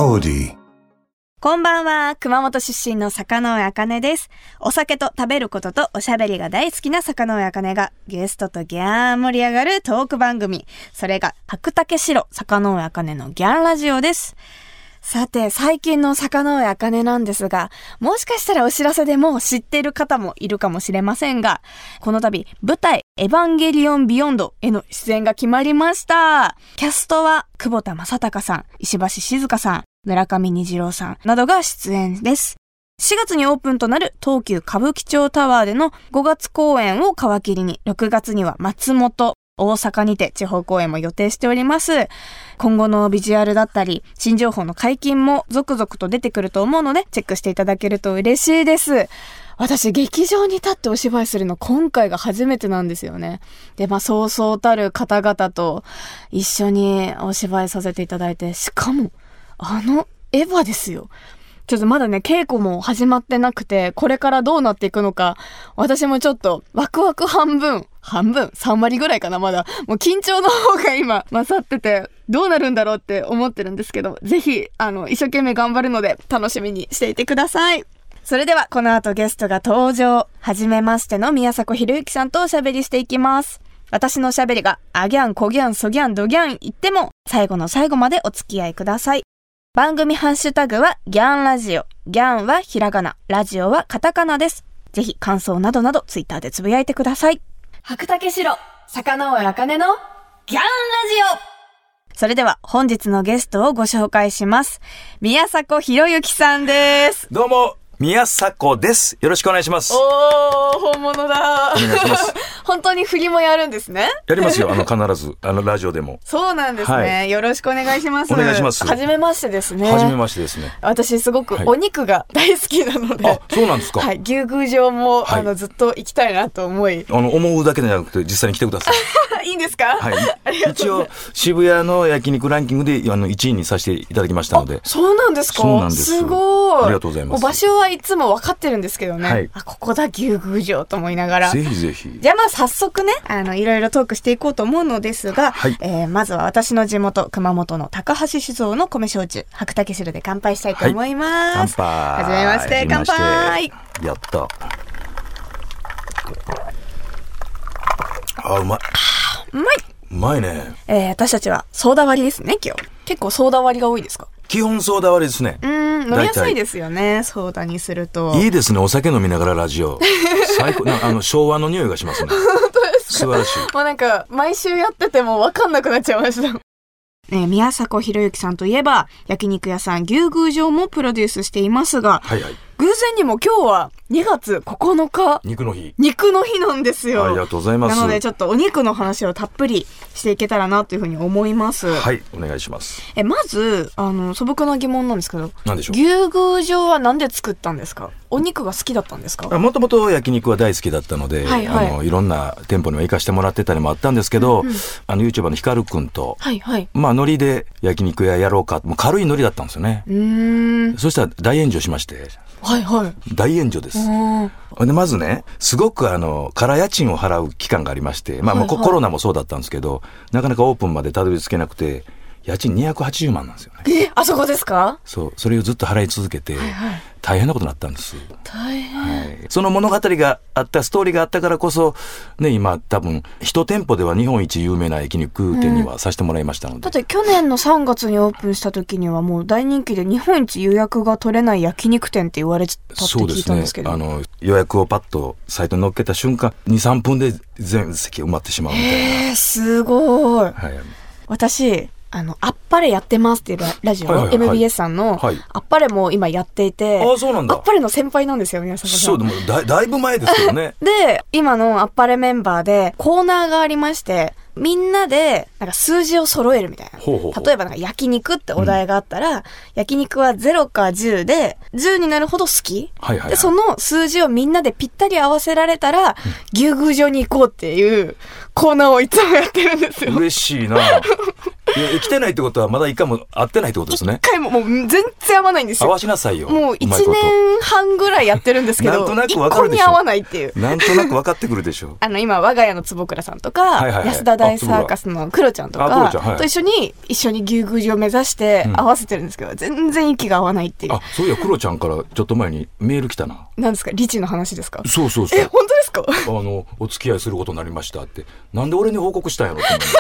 Melody。 こんばんは、熊本出身の坂上茜です。お酒と食べることとおしゃべりが大好きな坂上茜がゲストとギャーン盛り上がるトーク番組。それが白竹城坂上茜のギャンラジオです。さて、最近の坂上茜なんですが、もしかしたらお知らせでも知っている方もいるかもしれませんが、この度舞台エヴァンゲリオンビヨンドへの出演が決まりました。キャストは久保田正孝さん、石橋静香さん、村上虹郎さんなどが出演です。4月にオープンとなる東急歌舞伎町タワーでの5月公演を皮切りに、6月には松本、大阪にて地方公演も予定しております。今後のビジュアルだったり新情報の解禁も続々と出てくると思うのでチェックしていただけると嬉しいです。私劇場に立ってお芝居するの今回が初めてなんですよね。で、そうそうたる方々と一緒にお芝居させていただいて、しかもエヴァですよ。ちょっとまだね、稽古も始まってなくて、これからどうなっていくのか、私もちょっとワクワク半分、3割ぐらいかな、まだ。もう緊張の方が今、勝ってて、どうなるんだろうって思ってるんですけど、ぜひ、一生懸命頑張るので、楽しみにしていてください。それでは、この後ゲストが登場。はじめましての宮迫博之さんとおしゃべりしていきます。私のおしゃべりが、アギャン、コギャン、ソギャン、ドギャン言っても、最後の最後までお付き合いください。番組ハッシュタグはギャンラジオ。ギャンはひらがな、ラジオはカタカナです。ぜひ感想などなどツイッターでつぶやいてください。白竹城坂上茜のギャンラジオ。それでは本日のゲストをご紹介します。宮迫博之さんです。 どうも宮迫です。よろしくお願いします。 本物だ。 お願いします。 本当に振りもやるんですね。 やりますよ。必ずラジオでも。 そうなんですね、はい。よろしくお願いします。 お願いします。 はじめましてですね。 はじめましてですね。 私すごくお肉が大好きなので。 あ、そうなんですか。 はい、牛宮城も、ずっと行きたいなと思い。 思うだけじゃなくて実際に来てください。 いいんですか。 はい。一応渋谷の焼肉ランキングで1位にさせていただきましたので。 そうなんですか。 そうなんです。 すごい。 ありがとうございます。 場所はいつも分かってるんですけどね。はい、ここだ牛宮城と思いながら。 ぜひぜひ。 じゃあ早速ね、いろいろトークしていこうと思うのですが、はい、まずは私の地元熊本の高橋酒造の米焼酎白竹城で乾杯したいと思います。 乾杯。 はじめまして。乾杯。 やった。うまい。 うまい。 うまいね。 私たちはソーダ割りですね、今日。結構ソーダ割りが多いですか？ 基本ソーダ割りですね。 飲みやすいですよね、ソーダにすると。 いいですね、お酒飲みながらラジオ。最高。昭和の匂いがしますね。 本当ですか？ 素晴らしい。 もうなんか毎週やってても分かんなくなっちゃいました。宮迫博之さんといえば焼肉屋さん牛宮城もプロデュースしていますが、はいはい、偶然にも今日は2月9日肉の日なんですよ。 ありがとうございます。 なのでちょっとお肉の話をたっぷりしていけたらなというふうに思います。 はい、お願いします。 まず素朴な疑問なんですけど、 何でしょう。 牛宮城はなんで作ったんですか？お肉が好きだったんですか？ もともと焼肉は大好きだったので、はいはい、いろんな店舗にも行かしてもらってたりもあったんですけど、YouTuber のヒカルくんと、はいはい、ノリで焼肉屋やろうか、もう軽いノリだったんですよね。そしたら大炎上しまして、 はいはい、 大炎上です。でまずね、すごく空家賃を払う期間がありまして、もうコロナもそうだったんですけど、なかなかオープンまでたどり着けなくて、家賃280万なんですよね。 あそこですか？ そう、それをずっと払い続けて、はいはい、大変なことになったんです。 大変、 はい、その物語があった、ストーリーがあったからこそね、今多分一店舗では日本一有名な焼肉店にはさせてもらいましたので、 だって去年の3月にオープンした時にはもう大人気で日本一予約が取れない焼肉店って言われてたって聞いたんですけど。 そうですね、予約をパッとサイトに載っけた瞬間 2,3 分で全席埋まってしまうみたいな。 すごい、はい、私あっぱれやってますっていうラジオ、はいはいはい、MBS さんの、はい、あっぱれも今やっていて、 そうなんだ。 あっぱれの先輩なんですよ、宮迫さん。 そう、でもだいぶ前ですけどね。 で、今のあっぱれメンバーでコーナーがありまして、みんなでなんか数字を揃えるみたいな。例えばなんか焼肉ってお題があったら、焼肉は0か10で、10になるほど好き、はいはいはい、で、その数字をみんなでぴったり合わせられたら、牛宮城に行こうっていうコーナーをいつもやってるんですよ。 嬉しいな。 来てないってことはまだ一回も会ってないってことですね。 一回も、もう全然会わないんですよ。 会わしなさいよ。 もう1年半ぐらいやってるんですけど、 なんとなく分かるでしょ。 一個に会わないっていう。 なんとなく分かってくるでしょ。 今、我が家の坪倉さんとか、安田大サーカスのクロちゃんとか、と一緒に牛宮寺を目指して合わせてるんですけど、全然息が合わないっていう。 あ、そういや、クロちゃんからちょっと前にメール来たな。 何ですか、リチの話ですか？ そうそうそう。 本当ですか？ お付き合いすることになりましたって。なんで俺に報告したんやろって思う。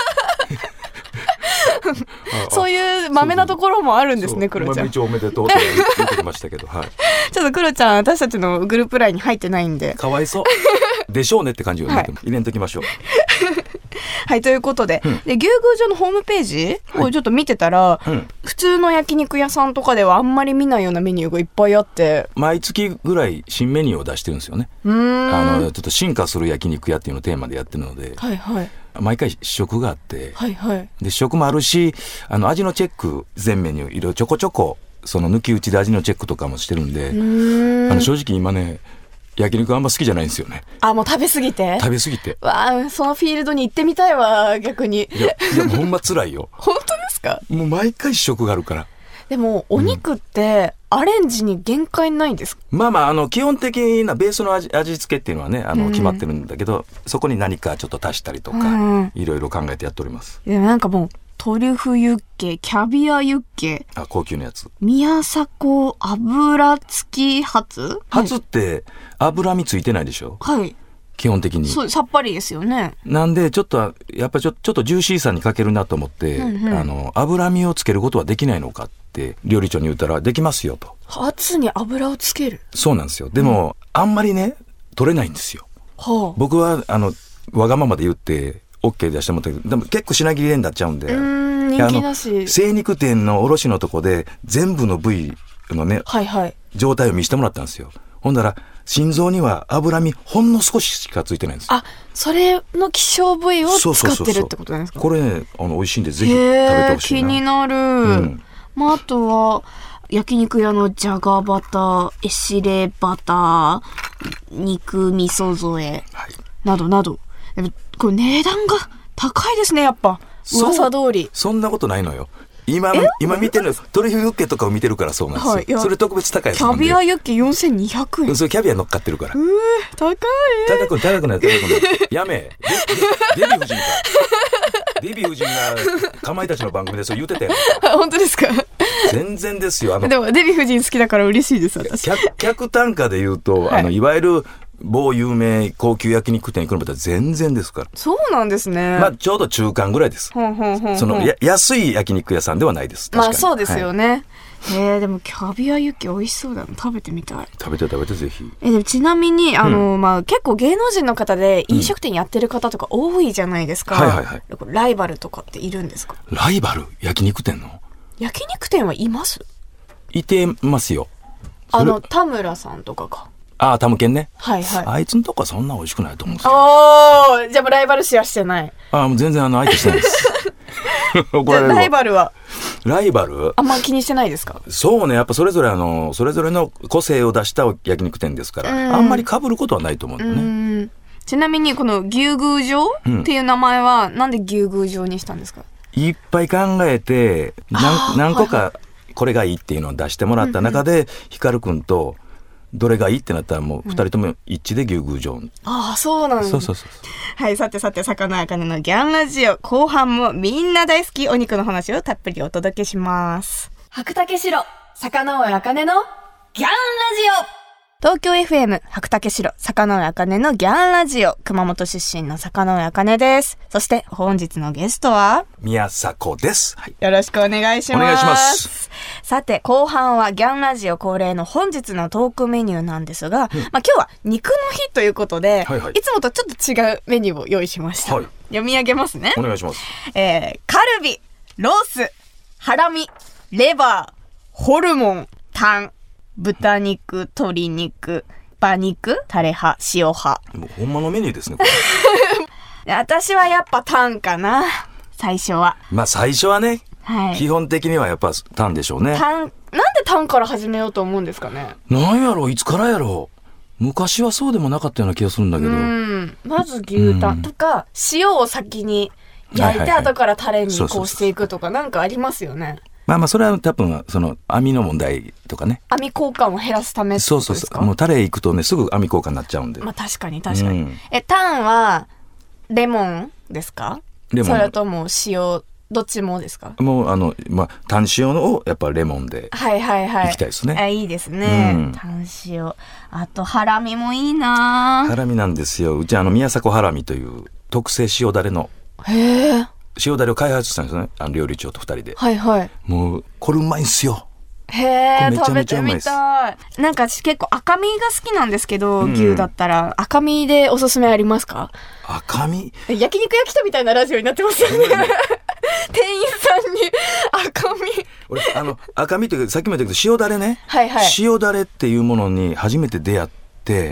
そういうマメなところもあるんですね、クロちゃん。 一応おめでとうって言ってきましたけど、はい。 ちょっとクロちゃん、私たちのグループラインに入ってないんで。 かわいそう。でしょうねって感じをね、入れんときましょう。 はい、ということで、で、牛宮城のホームページをちょっと見てたら、普通の焼肉屋さんとかではあんまり見ないようなメニューがいっぱいあって。 毎月ぐらい新メニューを出してるんですよね。ちょっと進化する焼肉屋っていうのをテーマでやってるので。はいはい。毎回試食があって、はいはい、で試食もあるし、味のチェック全メニューいろいろちょこちょこその抜き打ちで味のチェックとかもしてるんで、正直今ね焼肉あんま好きじゃないんですよね。 あ、もう食べ過ぎてわあ、そのフィールドに行ってみたいわ、逆に。 いやもうほんま辛いよ。 本当ですか？ もう毎回試食があるから。 でもお肉ってアレンジに限界ないんですか？ まあまあ、基本的なベースの味付けっていうのはね決まってるんだけど、そこに何かちょっと足したりとか、いろいろ考えてやっております。 なんかもうトリュフユッケ、キャビアユッケ、 高級なやつ、 宮迫油付きハツって脂身ついてないでしょ。はい、基本的にそう、さっぱりですよね。 なんでちょっとやっぱりちょっとジューシーさに欠けるなと思って、脂身をつけることはできないのかって料理長に言ったら、できますよと。 ハツに油をつける？そうなんですよ。でも、あんまりね取れないんですよ。僕はわがままで言って OK 出してもらったけど、でも結構品切れになっちゃうんで、 人気なし。 精肉店の卸のとこで全部の部位のね、状態を見せてもらったんですよ。ほんなら心臓には脂身ほんの少ししかついてないんです。 あ、それの希少部位を使ってるってことなんですか？ これね、美味しいんでぜひ食べてほしいな。 気になる。あとは焼肉屋のじゃがバター、エシレバター、肉味噌添え、などなど。でもこれ値段が高いですね、やっぱ。噂通り。 そんなことないのよ。今見てるトリュフユッケとかを見てるからそうなんですよ。それ特別高いやつなんで。 キャビアユッケ4200円。 それキャビア乗っかってるから。 高い。 高くない。やめ。デヴィ夫人か。デヴィ夫人がかまいたちの番組でそう言ってたよ。 本当ですか？ 全然ですよ。 でもデヴィ夫人好きだから嬉しいです、私。 客単価で言うと、いわゆる某有名高級焼肉店に行くのだったら全然ですから。 そうなんですね。 まあちょうど中間ぐらいです。その安い焼肉屋さんではないです。 まあそうですよね。でもキャビアユッケ美味しそうだな。食べてみたい。 食べてぜひ。 でもちなみに結構芸能人の方で飲食店やってる方とか多いじゃないですか。ライバルとかっているんですか？ ライバル？焼肉店の？ 焼肉店はいます？ いてますよ。 田村さんとかか。 タムケンね。あいつのとこはそんな美味しくないと思うんですよ。 じゃあもうライバル視はしてない。 もう全然相手してないです。 ライバルはあんま気にしてないですか？ そうね、やっぱそれぞれの個性を出した焼肉店ですから、あんまり被ることはないと思うんだよね。 ちなみにこの牛宮城っていう名前はなんで牛宮城にしたんですか？ いっぱい考えて何個かこれがいいっていうのを出してもらった中で、光くんとどれがいいってなったらもう2人とも一致で牛宮城。 そうなんですね。そう。はい、さて魚あかねのギャンラジオ後半もみんな大好きお肉の話をたっぷりお届けします。白竹城坂上あかねのギャンラジオ。東京 FM 白竹城坂上あかねのギャンラジオ、熊本出身の坂上あかねです。そして本日のゲストは宮迫です。 よろしくお願いします。 お願いします。 さて後半はギャンラジオ恒例の本日のトークメニューなんですが、今日は肉の日ということで、いつもとちょっと違うメニューを用意しました。読み上げますね。 お願いします。 カルビ、ロース、ハラミ、レバー、ホルモン、タン、豚肉、鶏肉、馬肉、タレ派、塩派。 もうほんまのメニューですね。 私はやっぱタンかな、最初は。 最初はね、基本的にはやっぱタンでしょうね。 なんでタンから始めようと思うんですかね。 なんやろ、いつからやろ。昔はそうでもなかったような気がするんだけど。 まず牛タンとか、塩を先に焼いて後からタレにこうしていくとかなんかありますよね。 まあそれは多分その網の問題とかね。 網交換を減らすためってことですか？ そう。もうタレ行くとねすぐ網交換になっちゃうんで。 まあ確かに。タンはレモンですか？レモン。それとも塩、どっちもですか？ もうタン塩をやっぱレモンでいきたいですね。 いいですね。タン塩。あとハラミもいいな。 ハラミなんですよ。うち宮迫ハラミという特製塩だれの。 へえ。 塩だれを開発したんですね。料理長と2人で。 はい。 もうこれうまいんすよ。 へえ、食べてみたい。なんか私結構赤身が好きなんですけど、牛だったら赤身でおすすめありますか？ 赤身？ 焼肉屋来たみたいなラジオになってますよね。店員さんに赤身。 俺赤身というかさっきも言ったけど塩だれね。塩だれっていうものに初めて出会って。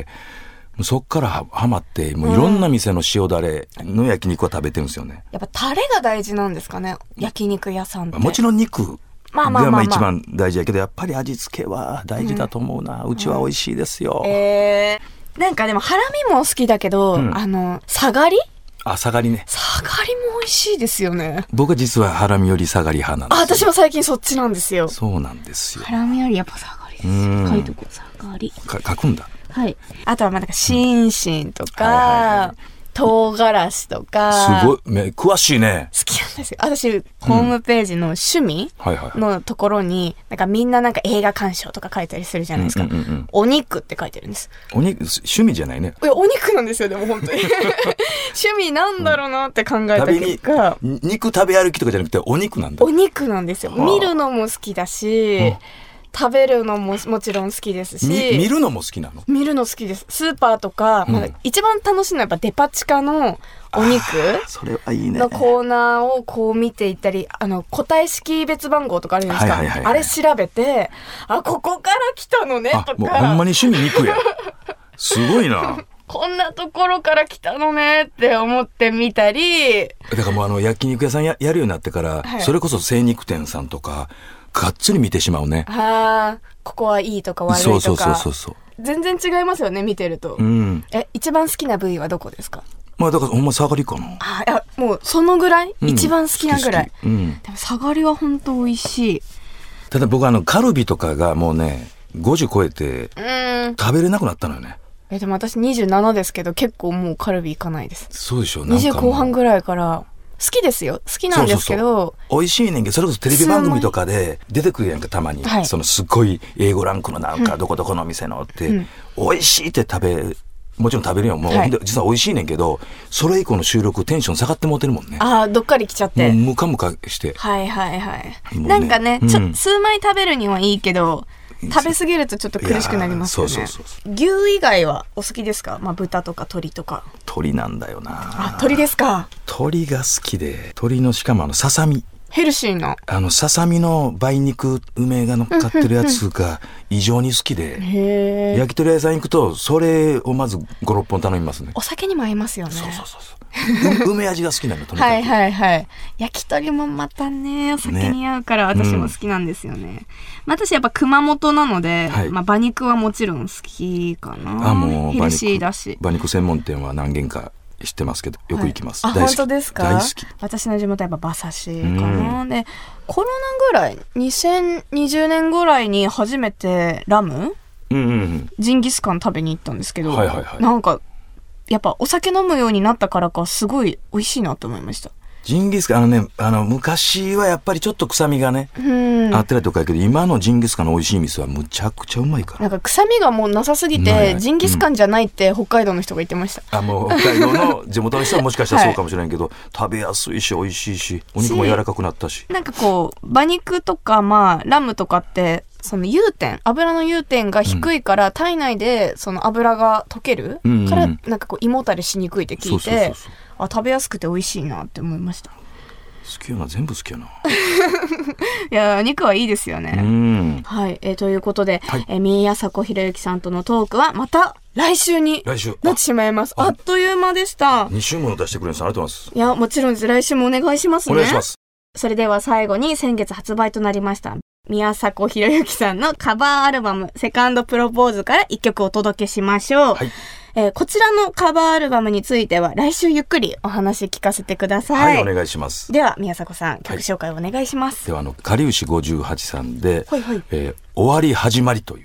そっからハマってもういろんな店の塩だれの焼肉を食べてるんですよね。 やっぱタレが大事なんですかね、焼肉屋さんって。 もちろん肉が一番大事やけど、やっぱり味付けは大事だと思うな。うちは美味しいですよ。 なんかでもハラミも好きだけど、サガリ？ サガリね。 サガリも美味しいですよね。 僕は実はハラミよりサガリ派なんですよ。 私も最近そっちなんですよ。 そうなんですよ。 ハラミよりやっぱサガリですよ。書いとこう、サガリ。 書くんだ。 はい。あとはシンシンとか、唐辛子とか。 すごい、詳しいね。 好きなんですよ。私、ホームページの趣味のところに、みんな映画鑑賞とか書いたりするじゃないですか。お肉って書いてるんです。 お肉、趣味じゃないね。 いや、お肉なんですよ、でも本当に。趣味なんだろうなって考えた結果。 肉食べ歩きとかじゃなくてお肉なんだ。 お肉なんですよ。見るのも好きだし、食べるのももちろん好きですし。 見るのも好きなの？ 見るの好きです。スーパーとか、一番楽しいのはやっぱデパ地下のお肉それはいいねのコーナーをこう見ていったり、個体識別番号とかあるじゃないですか。あれ調べて、ここから来たのねとか。 もうほんまに趣味肉や。すごいな。 こんなところから来たのねって思ってみたり。 だからもう焼肉屋さんやるようになってから、それこそ精肉店さんとか、がっつり見てしまうね。 ここはいいとか悪いとか。そう。全然違いますよね、見てると。一番好きな部位はどこですか？ だからほんまサガリかな。 もうそのぐらい、一番好きなぐらい。でもサガリは本当美味しい。 ただ僕カルビとかがもうね、50超えて食べれなくなったのよね。 でも私27ですけど、結構もうカルビいかないです。 そうでしょ。 20後半ぐらいから。好きですよ。好きなんですけど。 美味しいねんけど、それこそテレビ番組とかで出てくるやんか、たまに。そのすっごい英語ランクのどこどこの店のって、美味しいってもちろん食べるよ。もう、実は美味しいねんけど、それ以降の収録テンション下がってもうてるもんね。 どっかり来ちゃって。 もうムカムカして。 なんかね、数枚食べるにはいいけど、食べ過ぎるとちょっと苦しくなりますよね。牛以外はお好きですか？豚とか鶏とか。 鶏なんだよな。 鶏ですか？ 鶏が好きで、鶏のしかもささみ。 ヘルシーな。 ささみの梅肉梅が乗っかってるやつが異常に好きで、焼き鳥屋さん行くとそれをまず5、6本頼みますね。 お酒にも合いますよね。 梅味が好きなの。とにかく焼き鳥もまたね、お酒に合うから私も好きなんですよね。私やっぱ熊本なので、馬肉はもちろん好きかな。ヘルシーだし。 馬肉専門店は何軒か知ってますけど、よく行きます。 本当ですか？ 大好き。 私の地元はやっぱ馬刺しかな。で、コロナぐらい、2020年ぐらいに初めてラム、ジンギスカン食べに行ったんですけど、なんかやっぱお酒飲むようになったからかすごい美味しいなと思いました。 ジンギスカン昔はやっぱりちょっと臭みがね、あったりとかやけど、今のジンギスカンの美味しい店はむちゃくちゃうまいから。 なんか臭みがもうなさすぎて、ジンギスカンじゃないって北海道の人が言ってました。 もう北海道の地元の人はもしかしたらそうかもしれないけど、食べやすいし美味しいし、お肉も柔らかくなったし。 なんかこう馬肉とかラムとかってその油の融点が低いから、体内でその油が溶けるから、なんかこう胃もたれしにくいって聞いて、食べやすくて美味しいなって思いました。 好きよな、全部好きよな。 いや、肉はいいですよね。ということで、宮迫博之さんとのトークはまた来週になってしまいます。あっという間でした。 2週も出してくれるんです。ありがとうございます。 いや、もちろんです。来週もお願いしますね。 お願いします。 それでは最後に先月発売となりました宮迫博之さんのカバーアルバムセカンドプロポーズから一曲お届けしましょう。 こちらのカバーアルバムについては来週ゆっくりお話聞かせてください。 はい、お願いします。 では宮迫さん、曲紹介お願いします。 ではかりゆし58さんで、終わり始まりという、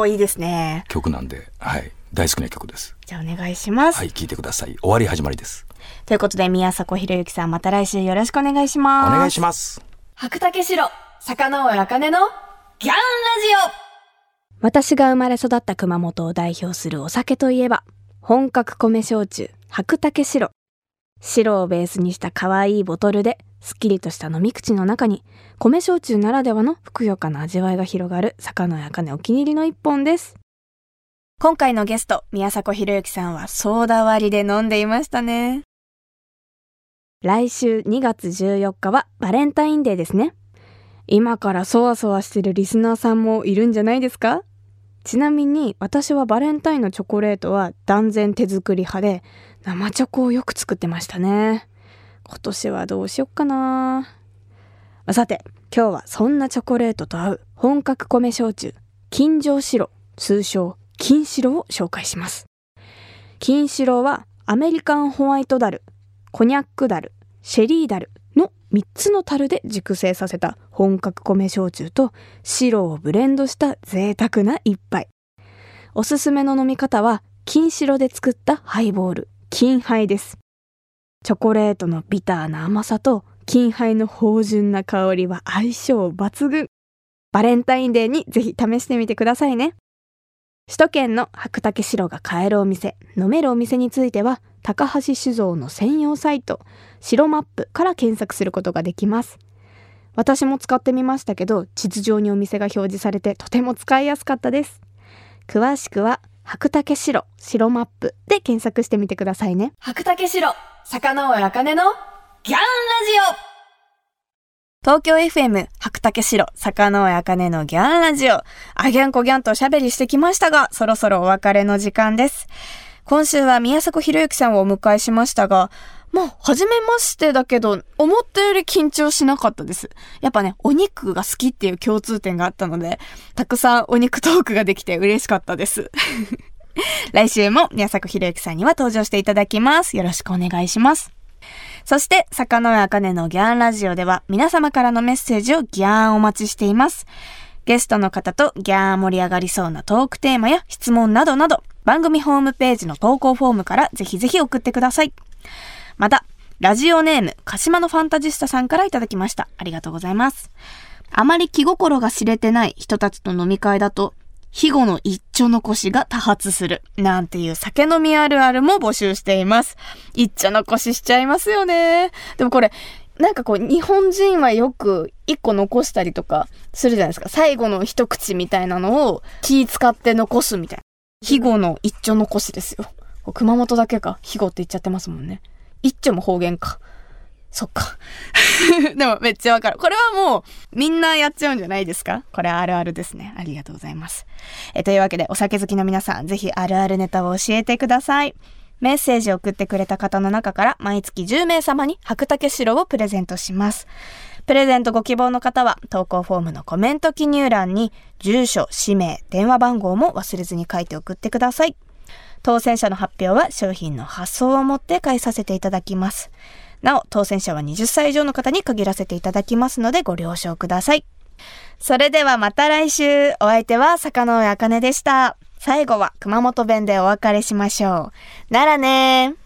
いいですね、 曲なんで、はい、大好きな曲です。 じゃあお願いします。 はい、聴いてください。終わり始まりです。 ということで宮迫博之さん、また来週よろしくお願いします。 お願いします。 白竹城、坂上茜のギャンラジオ。私が生まれ育った熊本を代表するお酒といえば、本格米焼酎、白竹白。白をベースにした可愛いボトルで、すっきりとした飲み口の中に、米焼酎ならではのふくよかな味わいが広がる坂上茜お気に入りの一本です。今回のゲスト、宮迫博之さんはソーダ割りで飲んでいましたね。来週2月14日はバレンタインデーですね。今からそわそわしてるリスナーさんもいるんじゃないですか？ちなみに私はバレンタインのチョコレートは断然手作り派で、生チョコをよく作ってましたね。今年はどうしよっかな。さて、今日はそんなチョコレートと合う本格米焼酎、金城白、通称金白を紹介します。金白はアメリカンホワイトダル、コニャックダル、シェリーダルの3つの樽で熟成させた本格米焼酎と白をブレンドした贅沢な一杯。おすすめの飲み方は金白で作ったハイボール、金ハイです。チョコレートのビターな甘さと金ハイの芳醇な香りは相性抜群。バレンタインデーにぜひ試してみてくださいね。首都圏の白竹白が買えるお店、飲めるお店については高橋酒造の専用サイト白マップから検索することができます。私も使ってみましたけど、地図上にお店が表示されてとても使いやすかったです。詳しくは白竹白マップで検索してみてくださいね。白竹白、坂上茜のギャンラジオ。東京 FM 白竹城坂上茜のギャンラジオ。あギャンコギャンとおしゃべりしてきましたが、そろそろお別れの時間です。今週は宮迫博之さんをお迎えしましたが、初めましてだけど思ったより緊張しなかったです。やっぱね、お肉が好きっていう共通点があったので、たくさんお肉トークができて嬉しかったです来週も宮迫博之さんには登場していただきます。よろしくお願いします。そして坂上茜のギャンラジオでは皆様からのメッセージをギャンお待ちしています。ゲストの方とギャン盛り上がりそうなトークテーマや質問などなど、番組ホームページの投稿フォームからぜひぜひ送ってください。またラジオネーム鹿島のファンタジスタさんからいただきました。ありがとうございます。あまり気心が知れてない人たちと飲み会だと肥後の一丁残しが多発するなんていう酒飲みあるあるも募集しています。一丁残ししちゃいますよね。でもこれなんか日本人はよく一個残したりとかするじゃないですか。最後の一口みたいなのを気使って残すみたいな。肥後の一丁残しですよ。熊本だけか肥後って言っちゃってますもんね。一丁も方言か。そっかでもめっちゃわかる。これはもうみんなやっちゃうんじゃないですか。これあるあるですね。ありがとうございます。というわけでお酒好きの皆さん、ぜひあるあるネタを教えてください。メッセージを送ってくれた方の中から毎月10名様に白竹白をプレゼントします。プレゼントご希望の方は投稿フォームのコメント記入欄に住所、氏名、電話番号も忘れずに書いて送ってください。当選者の発表は商品の発送をもって返させていただきます。なお、当選者は20歳以上の方に限らせていただきますのでご了承ください。それではまた来週。お相手は坂上茜でした。最後は熊本弁でお別れしましょう。ならねー。